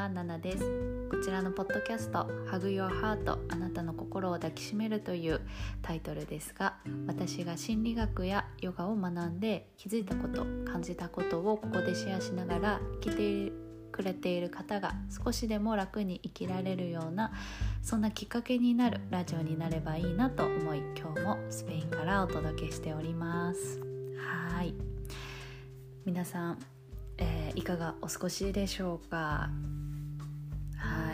はナナです。こちらのポッドキャスト Hug Your Heart あなたの心を抱きしめるというタイトルですが、私が心理学やヨガを学んで気づいたこと、感じたことをここでシェアしながら生きてくれている方が少しでも楽に生きられるような、そんなきっかけになるラジオになればいいなと思い、今日もスペインからお届けしております。はい、皆さんいかがお過ごしでしょうか。はい、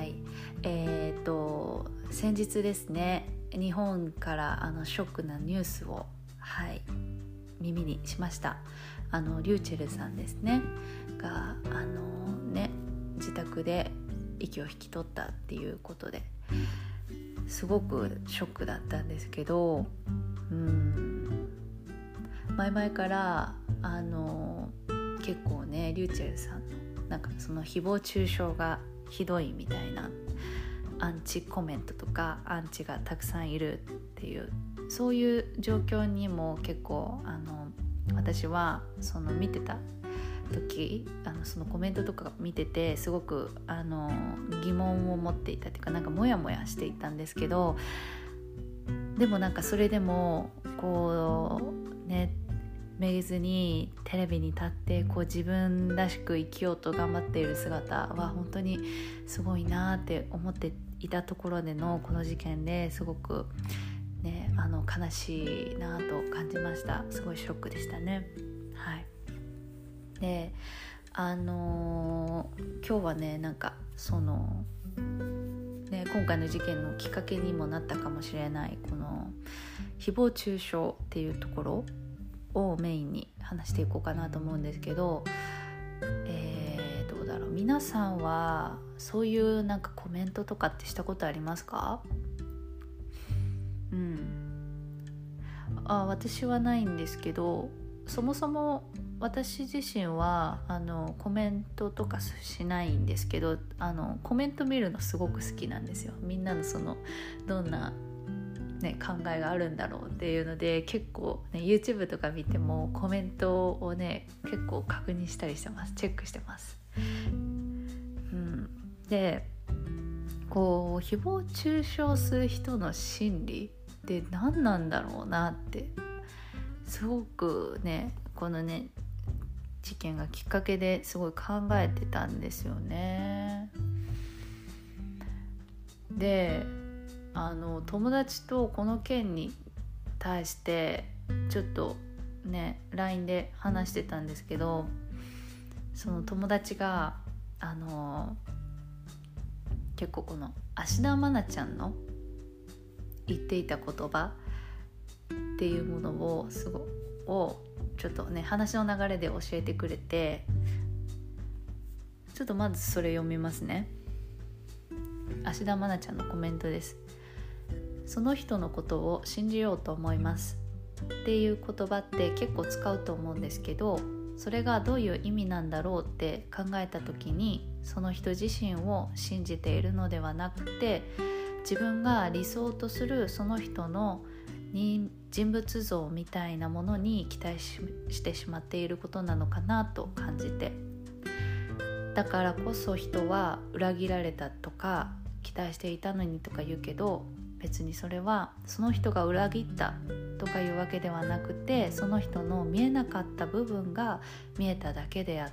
先日ですね、日本からショックなニュースを、耳にしました。リューチェルさんですねが自宅で息を引き取ったっていうことで、すごくショックだったんですけど、前々から結構ね、リューチェルさんのその誹謗中傷がひどいみたいなアンチコメントとかアンチがたくさんいるっていう、そういう状況にも結構私はその見てた時、そのコメントとか見ててすごく疑問を持っていたっていうか、モヤモヤしていたんですけど、でもそれでもこうね、めげずにテレビに立って自分らしく生きようと頑張っている姿は本当にすごいなって思っていたところでのこの事件ですごくね、悲しいなと感じました。すごいショックでしたね。で、今日はね、そのね、今回の事件のきっかけにもなったかもしれないこの誹謗中傷っていうところをメインに話していこうかなと思うんですけど、どうだろう、皆さんはそういうコメントとかってしたことありますか？私はないんですけど、そもそも私自身はコメントとかしないんですけど、コメント見るのすごく好きなんですよ。みんなのそのどんな考えがあるんだろうっていうので、結構、YouTube とか見てもコメントを結構確認したりしてます。チェックしてます。で、誹謗中傷する人の心理って何なんだろうなってすごくこの事件がきっかけですごい考えてたんですよね。で、友達とこの件に対してちょっとLINE で話してたんですけど、その友達が結構この芦田愛菜ちゃんの言っていた言葉っていうものをちょっと話の流れで教えてくれて、ちょっとまずそれ読みますね。芦田愛菜ちゃんのコメントです。その人のことを信じようと思いますっていう言葉って結構使うと思うんですけど、それがどういう意味なんだろうって考えた時に、その人自身を信じているのではなくて、自分が理想とするその人の人物像みたいなものに期待してしまっていることなのかなと感じて、だからこそ人は裏切られたとか期待していたのにとか言うけど、別にそれはその人が裏切ったとかいうわけではなくて、その人の見えなかった部分が見えただけであって、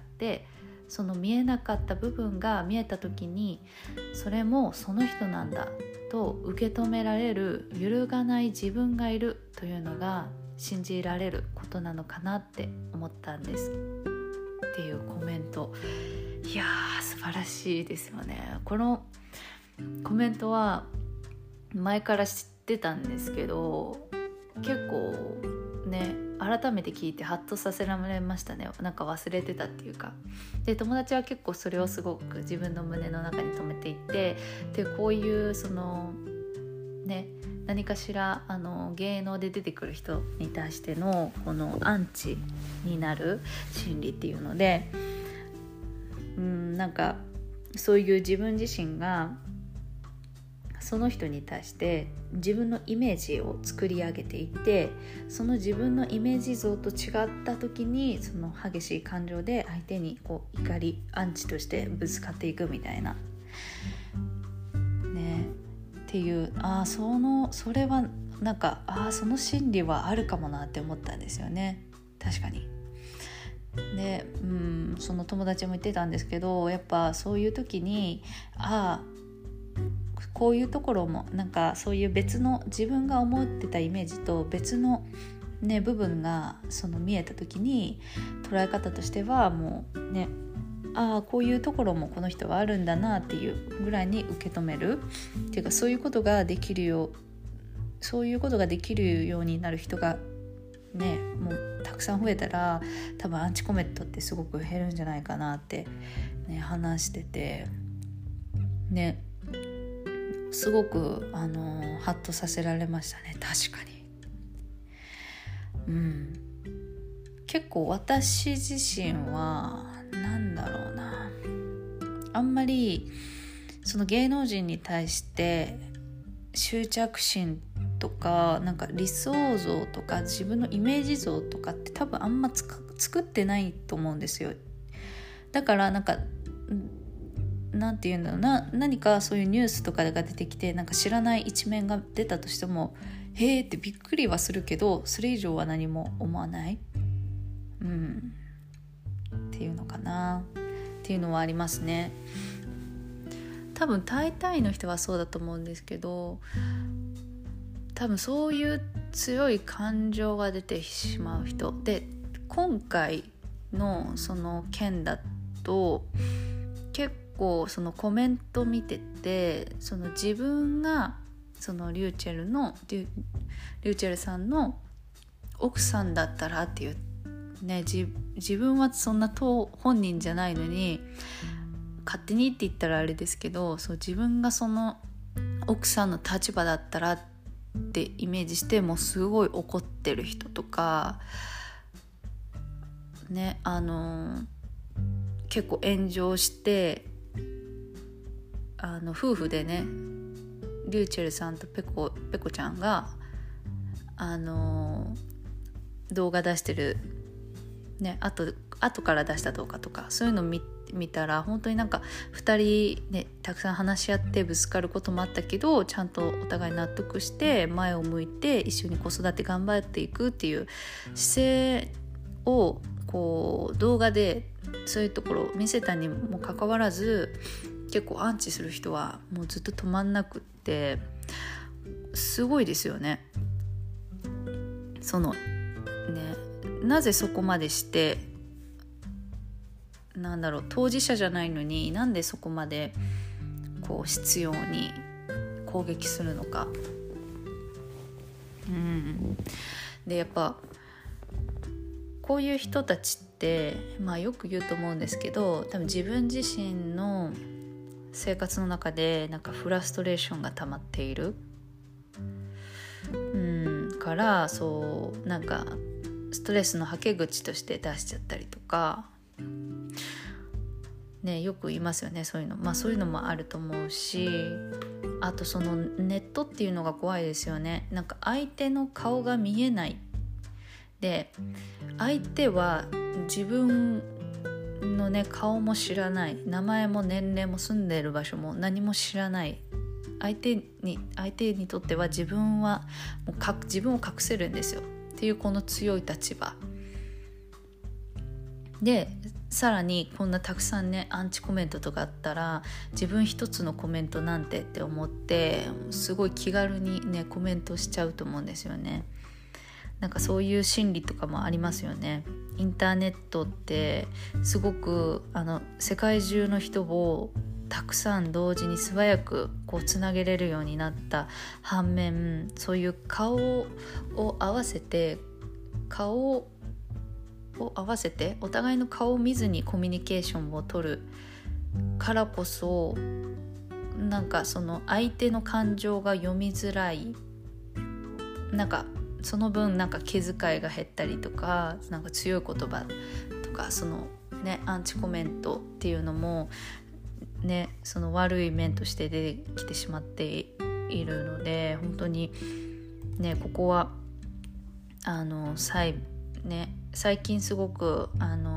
その見えなかった部分が見えた時に、それもその人なんだと受け止められる揺るがない自分がいるというのが信じられることなのかなって思ったんですっていうコメント。いやー、素晴らしいですよね。このコメントは前から知ってたんですけど、結構改めて聞いてハッとさせられましたね。忘れてたっていうか。で、友達は結構それをすごく自分の胸の中に留めていて、でこういうその何かしら芸能で出てくる人に対してのこのアンチになる心理っていうので、そういう自分自身がその人に対して自分のイメージを作り上げていて、その自分のイメージ像と違った時にその激しい感情で相手にこう怒りアンチとしてぶつかっていくみたいなねっていう、それはなんかその心理はあるかもなって思ったんですよね。確かに。で、その友達も言ってたんですけど、やっぱそういう時にこういうところもなんかそういう別の自分が思ってたイメージと別の、ね、部分がその見えた時に捉え方としてはもうね、こういうところもこの人はあるんだなっていうぐらいに受け止めるっていうか、そういうことができるようになる人がね、もうたくさん増えたら多分アンチコメントってすごく減るんじゃないかなって、ね、話しててね、すごくハッとさせられましたね。確かに。結構私自身はなんだろうな、あんまりその芸能人に対して執着心とかなんか理想像とか自分のイメージ像とかって多分あんま作ってないと思うんですよ。だからなんかなんていうんだろうな、何かそういうニュースとかが出てきてなんか知らない一面が出たとしてもへーってびっくりはするけど、それ以上は何も思わない、っていうのかなっていうのはありますね。多分大体の人はそうだと思うんですけど、多分そういう強い感情が出てしまう人で、今回のその件だと結構そのコメント見てて、その自分がそのリューチェルさんの奥さんだったらっていうね、自分はそんな本人じゃないのに勝手にって言ったらあれですけど、そう自分がその奥さんの立場だったらってイメージしてもうすごい怒ってる人とかね、結構炎上して夫婦でね、リューチェルさんとペコちゃんが動画出してるね、後から出した動画とかそういうの見たら本当になんか2人ねたくさん話し合ってぶつかることもあったけど、ちゃんとお互い納得して前を向いて一緒に子育て頑張っていくっていう姿勢をこう動画でそういうところを見せたにもかかわらず、結構アンチする人はもうずっと止まんなくって、すごいですよね。そのね、なぜそこまでして当事者じゃないのになんでそこまでこう執拗に攻撃するのか。でやっぱこういう人たちって、よく言うと思うんですけど、多分自分自身の生活の中でなんかフラストレーションが溜まっている、からそうなんかストレスのはけ口として出しちゃったりとかね、よく言いますよね、そういうの。そういうのもあると思うし、あとそのネットっていうのが怖いですよね。なんか相手の顔が見えないで、相手は自分のね顔も知らない、名前も年齢も住んでいる場所も何も知らない相手にとっては自分はもう自分を隠せるんですよっていうこの強い立場で、さらにこんなたくさんねアンチコメントとかあったら、自分一つのコメントなんてって思ってすごい気軽にねコメントしちゃうと思うんですよね。なんかそういう心理とかもありますよね。インターネットってすごく世界中の人をたくさん同時に素早くこうつなげれるようになった反面、そういう顔を合わせてお互いの顔を見ずにコミュニケーションを取るからこそ、なんかその相手の感情が読みづらい、なんかその分なんか気遣いが減ったりとか、なんか強い言葉とかそのねアンチコメントっていうのもね、その悪い面として出てきてしまっているので、本当にね、ここは最近すごく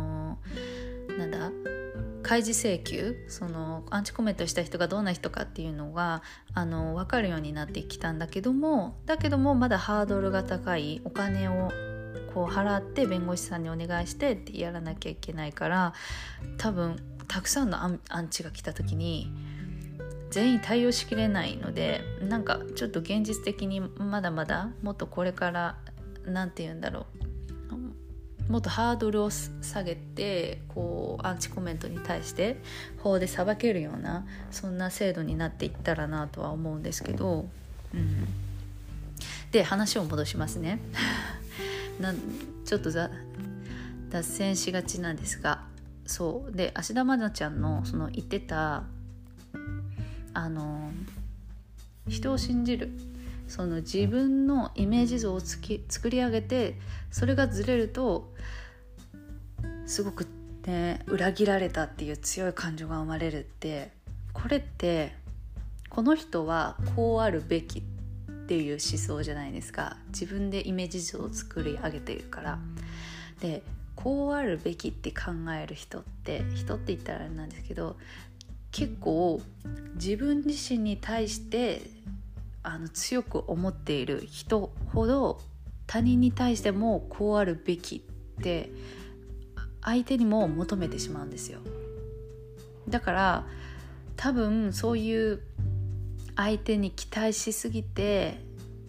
開示請求、そのアンチコメントした人がどんな人かっていうのが分かるようになってきたんだけどもまだハードルが高い、お金をこう払って弁護士さんにお願いしてってやらなきゃいけないから、多分たくさんのアンチが来た時に全員対応しきれないので、なんかちょっと現実的にまだまだもっとこれからもっとハードルを下げて、こうアンチコメントに対して法で裁けるような、そんな制度になっていったらなとは思うんですけど、で話を戻しますねちょっと脱線しがちなんですが、そうで芦田愛菜ちゃんのその言ってた人を信じる、その自分のイメージ像を作り上げて、それがずれるとすごくね、裏切られたっていう強い感情が生まれるって、これってこの人はこうあるべきっていう思想じゃないですか。自分でイメージ像を作り上げているから。で、こうあるべきって考える人って言ったらあれなんですけど、結構自分自身に対して強く思っている人ほど、他人に対してもこうあるべきって相手にも求めてしまうんですよ。だから多分そういう相手に期待しすぎて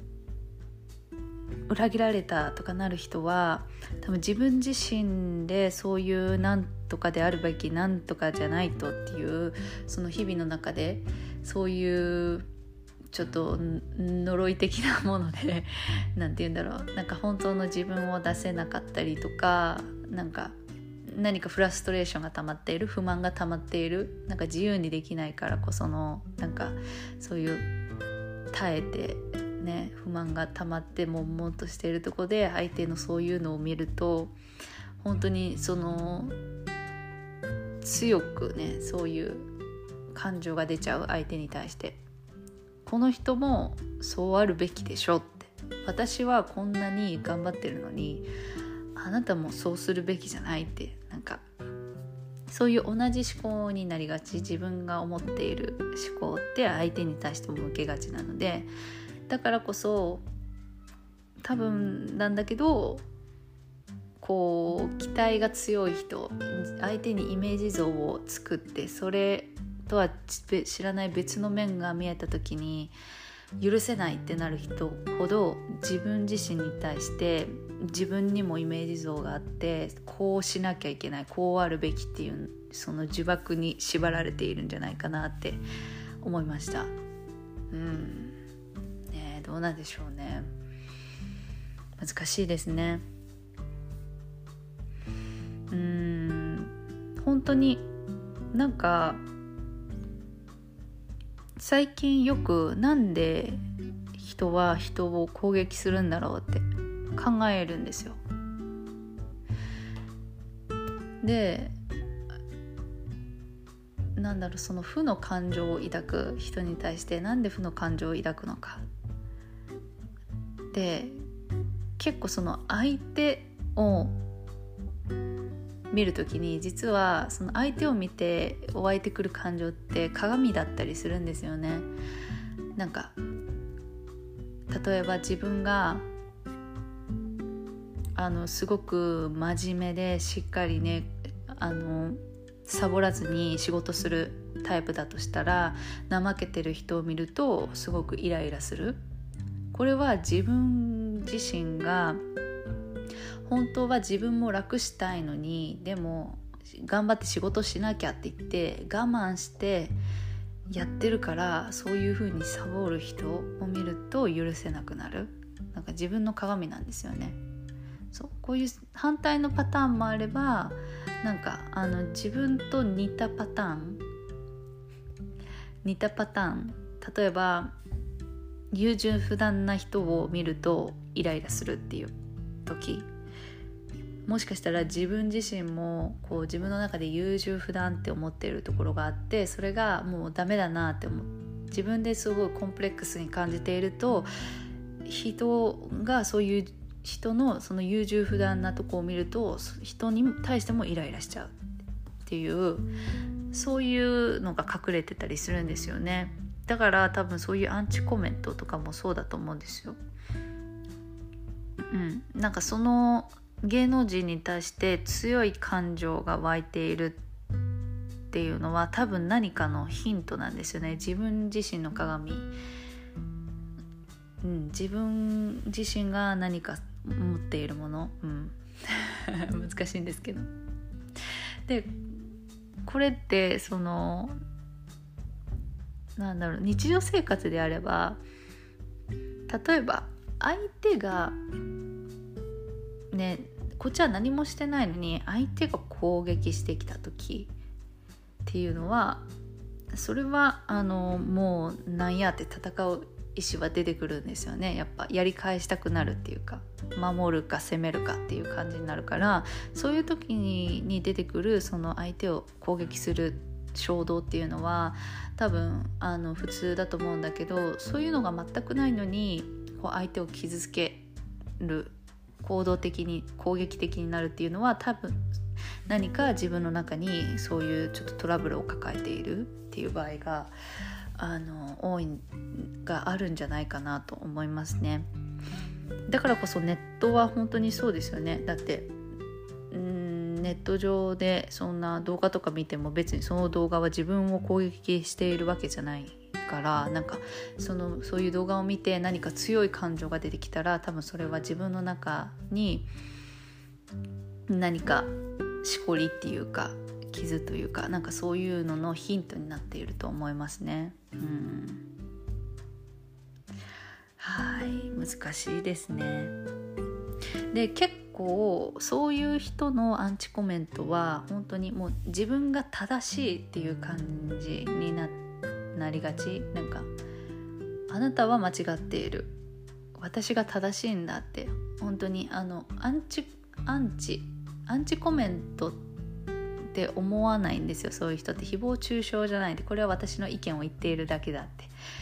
裏切られたとかなる人は、多分自分自身でそういうなんとかであるべき、なんとかじゃないとっていう、その日々の中でそういうちょっと呪い的なものでなんて言うんだろう、なんか本当の自分を出せなかったりとか、何かフラストレーションが溜まっている、不満が溜まっている、なんか自由にできないからこその、なんかそういう耐えてね、不満が溜まって悶々としているところで相手のそういうのを見ると、本当にその強くね、そういう感情が出ちゃう、相手に対して。この人もそうあるべきでしょって、私はこんなに頑張ってるのにあなたもそうするべきじゃないって、なんかそういう同じ思考になりがち、自分が思っている思考って相手に対しても向けがちなので、だからこそ多分なんだけど、こう期待が強い人、相手にイメージ像を作って、それとは知らない別の面が見えた時に許せないってなる人ほど、自分自身に対して自分にもイメージ像があって、こうしなきゃいけない、こうあるべきっていう、その呪縛に縛られているんじゃないかなって思いました。ね、どうなんでしょうね。難しいですね。本当になんか最近よく、なんで人は人を攻撃するんだろうって考えるんですよ。で、その負の感情を抱く人に対してなんで負の感情を抱くのかで、結構その相手を見るときに、実はその相手を見て湧いてくる感情って鏡だったりするんですよね。なんか例えば自分がすごく真面目でしっかりね、サボらずに仕事するタイプだとしたら、怠けてる人を見るとすごくイライラする。これは自分自身が本当は自分も楽したいのに、でも頑張って仕事しなきゃって言って我慢してやってるから、そういう風にサボる人を見ると許せなくなる。なんか自分の鏡なんですよね。そう、こういう反対のパターンもあれば、なんか自分と似たパターン、例えば優柔不断な人を見るとイライラするっていう時、もしかしたら自分自身もこう自分の中で優柔不断って思っているところがあって、それがもうダメだなって思っ自分ですごいコンプレックスに感じていると、人がそういう人のその優柔不断なとこを見ると人に対してもイライラしちゃうっていう、そういうのが隠れてたりするんですよね。だから多分そういうアンチコメントとかもそうだと思うんですよ。なんかその芸能人に対して強い感情が湧いているっていうのは多分何かのヒントなんですよね。自分自身の鏡、自分自身が何か持っているもの、難しいんですけど、でこれってその日常生活であれば、例えば相手がね、こっちは何もしてないのに相手が攻撃してきた時っていうのは、それはもうなんやって戦う意思は出てくるんですよね。やっぱやり返したくなるっていうか、守るか攻めるかっていう感じになるから、そういう時に出てくるその相手を攻撃する衝動っていうのは多分普通だと思うんだけど、そういうのが全くないのにこう相手を傷つける、行動的に攻撃的になるっていうのは、多分何か自分の中にそういうちょっとトラブルを抱えているっていう場合が多いがあるんじゃないかなと思いますね。だからこそネットは本当にそうですよね。だってネット上でそんな動画とか見ても別にその動画は自分を攻撃しているわけじゃないから、なんかそういう動画を見て何か強い感情が出てきたら、多分それは自分の中に何かしこりっていうか傷というか、なんかそういうののヒントになっていると思いますね。はい、難しいですね。で結構そういう人のアンチコメントは本当にもう自分が正しいっていう感じになりがち。なんかあなたは間違っている、私が正しいんだって、本当にアンチコメントって思わないんですよ。そういう人って誹謗中傷じゃないで、これは私の意見を言っているだけだって、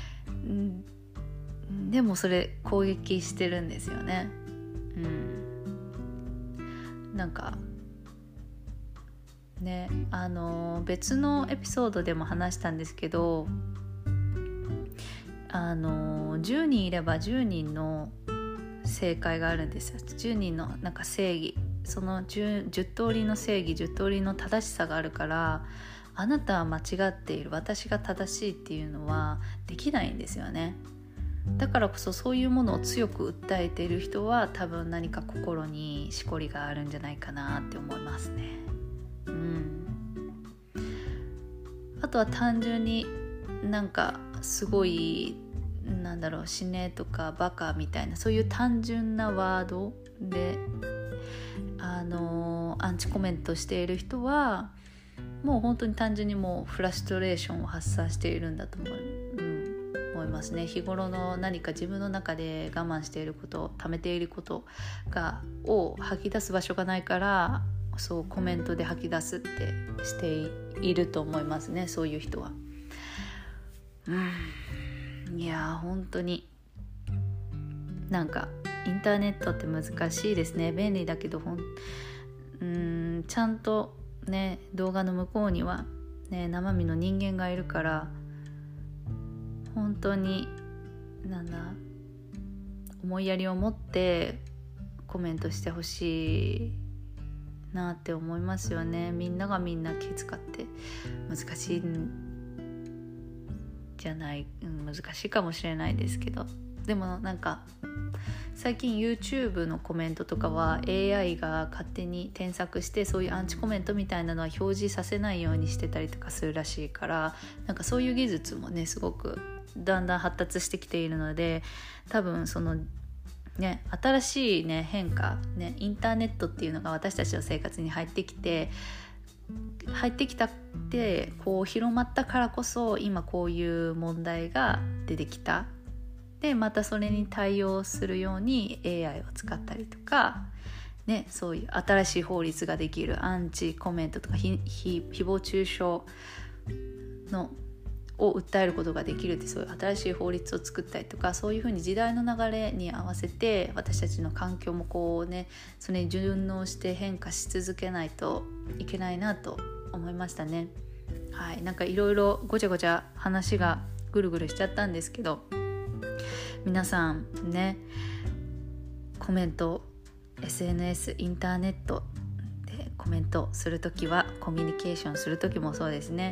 でもそれ攻撃してるんですよね。なんかね、別のエピソードでも話したんですけど、10人いれば10人の正解があるんですよ。10人のなんか正義、その 10通りの正義、10通りの正しさがあるから、あなたは間違っている、私が正しいっていうのはできないんですよね。だからこそそういうものを強く訴えている人は多分何か心にしこりがあるんじゃないかなって思いますね。あとは単純になんかすごい死ねとかバカみたいな、そういう単純なワードでアンチコメントしている人はもう本当に単純にもうフラストレーションを発散しているんだと思いますね。日頃の何か自分の中で我慢していること、溜めていることを吐き出す場所がないから、そうコメントで吐き出すってしていると思いますね、そういう人は。いや本当になんかインターネットって難しいですね。便利だけどちゃんとね、動画の向こうにはね、生身の人間がいるから、本当に思いやりを持ってコメントしてほしいなって思いますよね。みんながみんな気使って難しいんじゃない、難しいかもしれないですけど、でもなんか最近 YouTube のコメントとかは AI が勝手に添削して、そういうアンチコメントみたいなのは表示させないようにしてたりとかするらしいから、なんかそういう技術もねすごくだんだん発達してきているので、多分そのね、新しいね変化ね、インターネットっていうのが私たちの生活に入ってきたってこう広まったからこそ、今こういう問題が出てきた。でまたそれに対応するように AI を使ったりとかね、そういう新しい法律ができる、アンチコメントとか誹謗中傷のを訴えることができるって、そういう新しい法律を作ったりとか、そういうふうに時代の流れに合わせて私たちの環境もこうね、それに順応して変化し続けないといけないなと思いましたね。はい、なんかいろいろごちゃごちゃ話がぐるぐるしちゃったんですけど、皆さんね、コメント、 SNS、インターネットでコメントするときは、コミュニケーションするときもそうですね、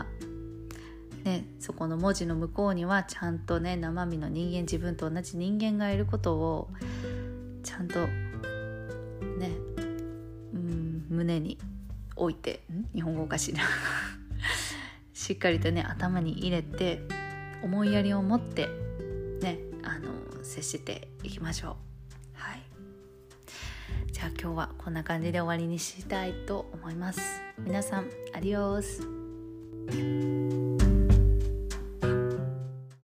そこの文字の向こうにはちゃんとね、生身の人間、自分と同じ人間がいることをちゃんとね、胸に置いて、日本語おかしいなしっかりとね、頭に入れて、思いやりを持ってね、接していきましょう。はい、じゃあ今日はこんな感じで終わりにしたいと思います。皆さん、アディオース。